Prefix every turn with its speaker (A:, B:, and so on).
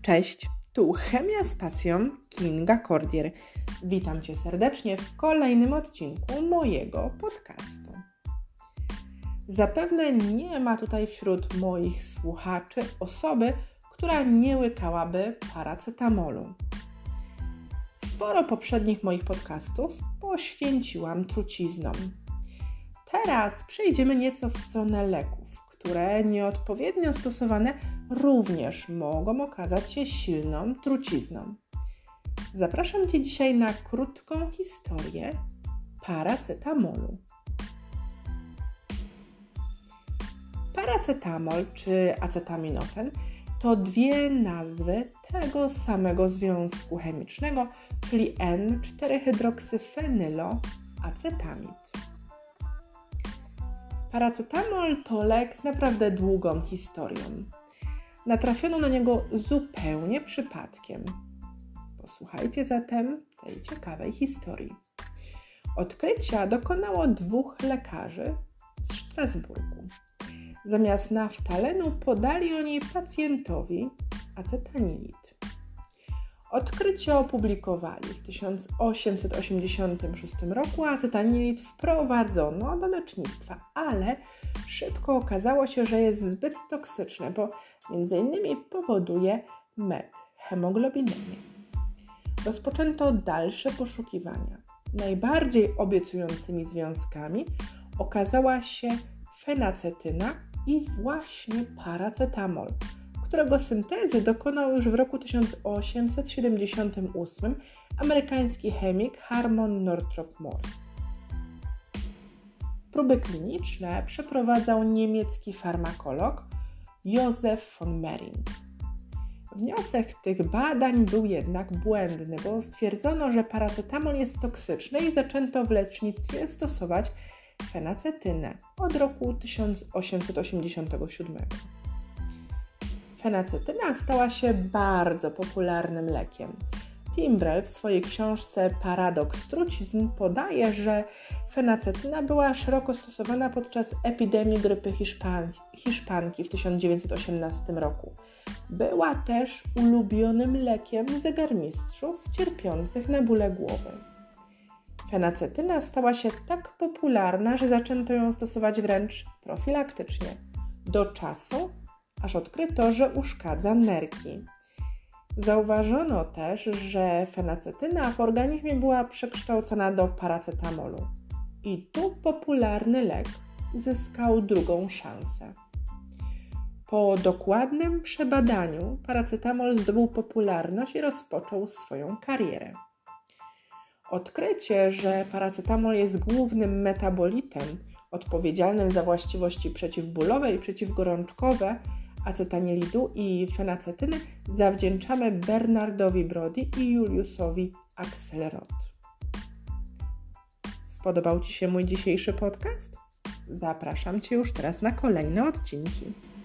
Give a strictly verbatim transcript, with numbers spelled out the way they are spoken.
A: Cześć, tu Chemia z pasją Kinga Cordier. Witam Cię serdecznie w kolejnym odcinku mojego podcastu. Zapewne nie ma tutaj wśród moich słuchaczy osoby, która nie łykałaby paracetamolu. Sporo poprzednich moich podcastów poświęciłam truciznom. Teraz przejdziemy nieco w stronę leków, które nieodpowiednio stosowane również mogą okazać się silną trucizną. Zapraszam Cię dzisiaj na krótką historię paracetamolu. Paracetamol czy acetaminofan to dwie nazwy tego samego związku chemicznego, czyli en cztery hydroksyfenyloacetamid. Paracetamol to lek z naprawdę długą historią. Natrafiono na niego zupełnie przypadkiem. Posłuchajcie zatem tej ciekawej historii. Odkrycia dokonało dwóch lekarzy z Strasburgu. Zamiast naftalenu podali oni pacjentowi acetanilit. Odkrycie opublikowali w tysiąc osiemset osiemdziesiątym szóstym roku, a acetanilit wprowadzono do lecznictwa, ale szybko okazało się, że jest zbyt toksyczny, bo między innymi powoduje methemoglobinemie. Rozpoczęto dalsze poszukiwania. Najbardziej obiecującymi związkami okazała się fenacetyna i właśnie paracetamol, którego syntezy dokonał już w roku tysiąc osiemset siedemdziesiątym ósmym amerykański chemik Harmon Northrop Morse. Próby kliniczne przeprowadzał niemiecki farmakolog Josef von Mering. Wniosek tych badań był jednak błędny, bo stwierdzono, że paracetamol jest toksyczny i zaczęto w lecznictwie stosować fenacetynę od roku tysiąc osiemset osiemdziesiątego siódmego. Fenacetyna stała się bardzo popularnym lekiem. Timbrell w swojej książce Paradoks trucizn podaje, że fenacetyna była szeroko stosowana podczas epidemii grypy hiszpan- hiszpanki w tysiąc dziewięćset osiemnastym roku. Była też ulubionym lekiem zegarmistrzów cierpiących na bóle głowy. Fenacetyna stała się tak popularna, że zaczęto ją stosować wręcz profilaktycznie, do czasu, aż odkryto, że uszkadza nerki. Zauważono też, że fenacetyna w organizmie była przekształcana do paracetamolu. I tu popularny lek zyskał drugą szansę. Po dokładnym przebadaniu paracetamol zdobył popularność i rozpoczął swoją karierę. Odkrycie, że paracetamol jest głównym metabolitem odpowiedzialnym za właściwości przeciwbólowe i przeciwgorączkowe acetanilidu i fenacetyny zawdzięczamy Bernardowi Brody i Juliusowi Axelrod. Spodobał Ci się mój dzisiejszy podcast? Zapraszam Cię już teraz na kolejne odcinki.